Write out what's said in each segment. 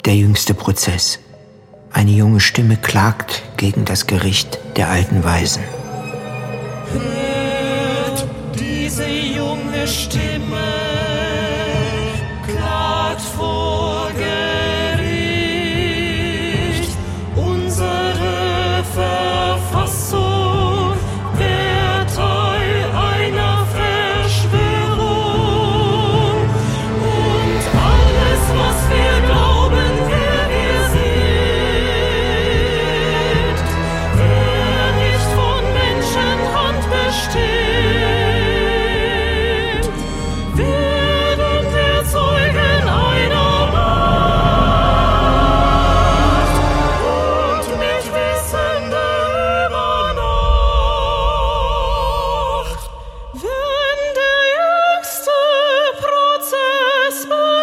Der jüngste Prozess. Eine junge Stimme klagt gegen das Gericht der alten Weisen. Hört diese junge Stimme, klagt vor Gericht. Unsere Verfassung wäre Teil einer Verschwörung. Und alles, was wir glauben, wer wir sind, wäre nicht von Menschenhand bestimmt. Werden wir Zeugen einer Macht und mit Wissen der Übernacht, wenn der jüngste Prozess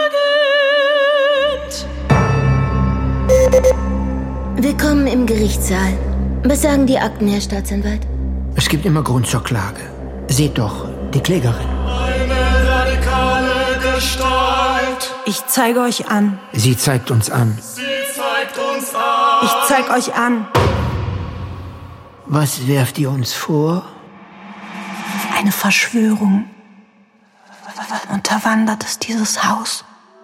beginnt. Willkommen im Gerichtssaal. Was sagen die Akten, Herr Staatsanwalt? Es gibt immer Grund zur Klage. Seht doch, die Klägerin. Eine radikale Gestalt. Ich zeige euch an. Sie zeigt uns an. Sie zeigt uns an. Ich zeig euch an. Was werft ihr uns vor? Eine Verschwörung. Unterwandert es dieses Haus.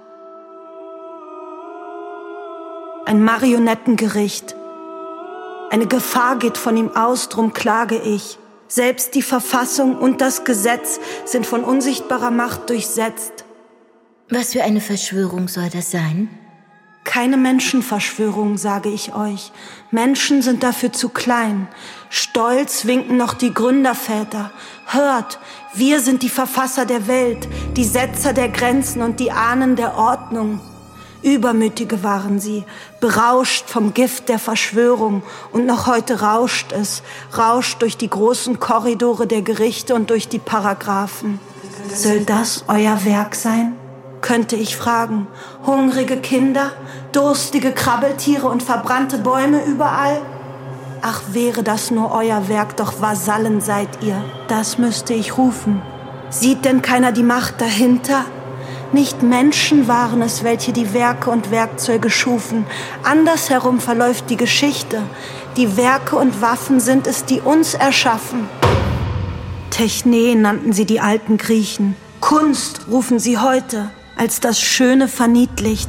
Ein Marionettengericht. Eine Gefahr geht von ihm aus, drum klage ich. Selbst die Verfassung und das Gesetz sind von unsichtbarer Macht durchsetzt. Was für eine Verschwörung soll das sein? Keine Menschenverschwörung, sage ich euch. Menschen sind dafür zu klein. Stolz winken noch die Gründerväter. Hört, wir sind die Verfasser der Welt, die Setzer der Grenzen und die Ahnen der Ordnung. Übermütige waren sie, berauscht vom Gift der Verschwörung. Und noch heute rauscht es, rauscht durch die großen Korridore der Gerichte und durch die Paragraphen. Soll das euer Werk sein? Könnte ich fragen. Hungrige Kinder, durstige Krabbeltiere und verbrannte Bäume überall? Ach, wäre das nur euer Werk, doch Vasallen seid ihr. Das müsste ich rufen. Sieht denn keiner die Macht dahinter? Nicht Menschen waren es, welche die Werke und Werkzeuge schufen. Andersherum verläuft die Geschichte. Die Werke und Waffen sind es, die uns erschaffen. Techne nannten sie die alten Griechen. Kunst rufen sie heute, als das Schöne verniedlicht.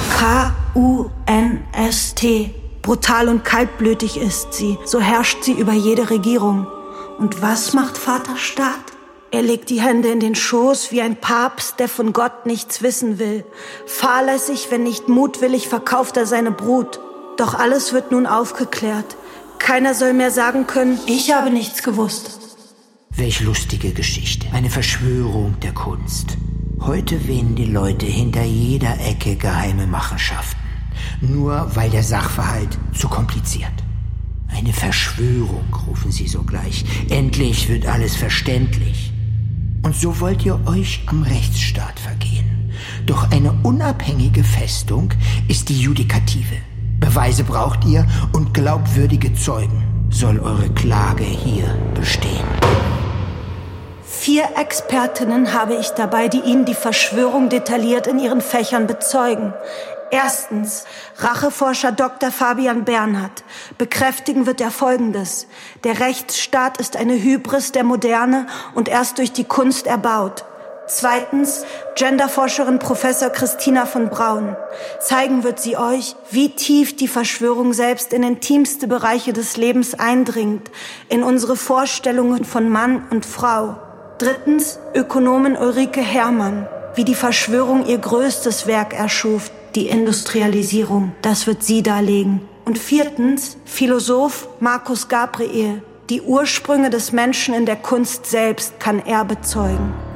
K-U-N-S-T. Brutal und kaltblütig ist sie, so herrscht sie über jede Regierung. Und was macht Vaterstaat? Er legt die Hände in den Schoß wie ein Papst, der von Gott nichts wissen will. Fahrlässig, wenn nicht mutwillig, verkauft er seine Brut. Doch alles wird nun aufgeklärt. Keiner soll mehr sagen können, ich habe nichts gewusst. Welch lustige Geschichte. Eine Verschwörung der Kunst. Heute wähnen die Leute hinter jeder Ecke geheime Machenschaften. Nur weil der Sachverhalt zu kompliziert. Eine Verschwörung, rufen sie sogleich. Endlich wird alles verständlich. Und so wollt ihr euch am Rechtsstaat vergehen. Doch eine unabhängige Festung ist die Judikative. Beweise braucht ihr und glaubwürdige Zeugen. Soll eure Klage hier bestehen. 4 Expertinnen habe ich dabei, die Ihnen die Verschwörung detailliert in ihren Fächern bezeugen. Erstens, Racheforscher Dr. Fabian Bernhard. Bekräftigen wird er Folgendes. Der Rechtsstaat ist eine Hybris der Moderne und erst durch die Kunst erbaut. Zweitens, Genderforscherin Professor Christina von Braun. Zeigen wird sie euch, wie tief die Verschwörung selbst in intimste Bereiche des Lebens eindringt, in unsere Vorstellungen von Mann und Frau. Drittens, Ökonomin Ulrike Herrmann. Wie die Verschwörung ihr größtes Werk erschuf, die Industrialisierung. Das wird sie darlegen. Und viertens, Philosoph Markus Gabriel. Die Ursprünge des Menschen in der Kunst selbst kann er bezeugen.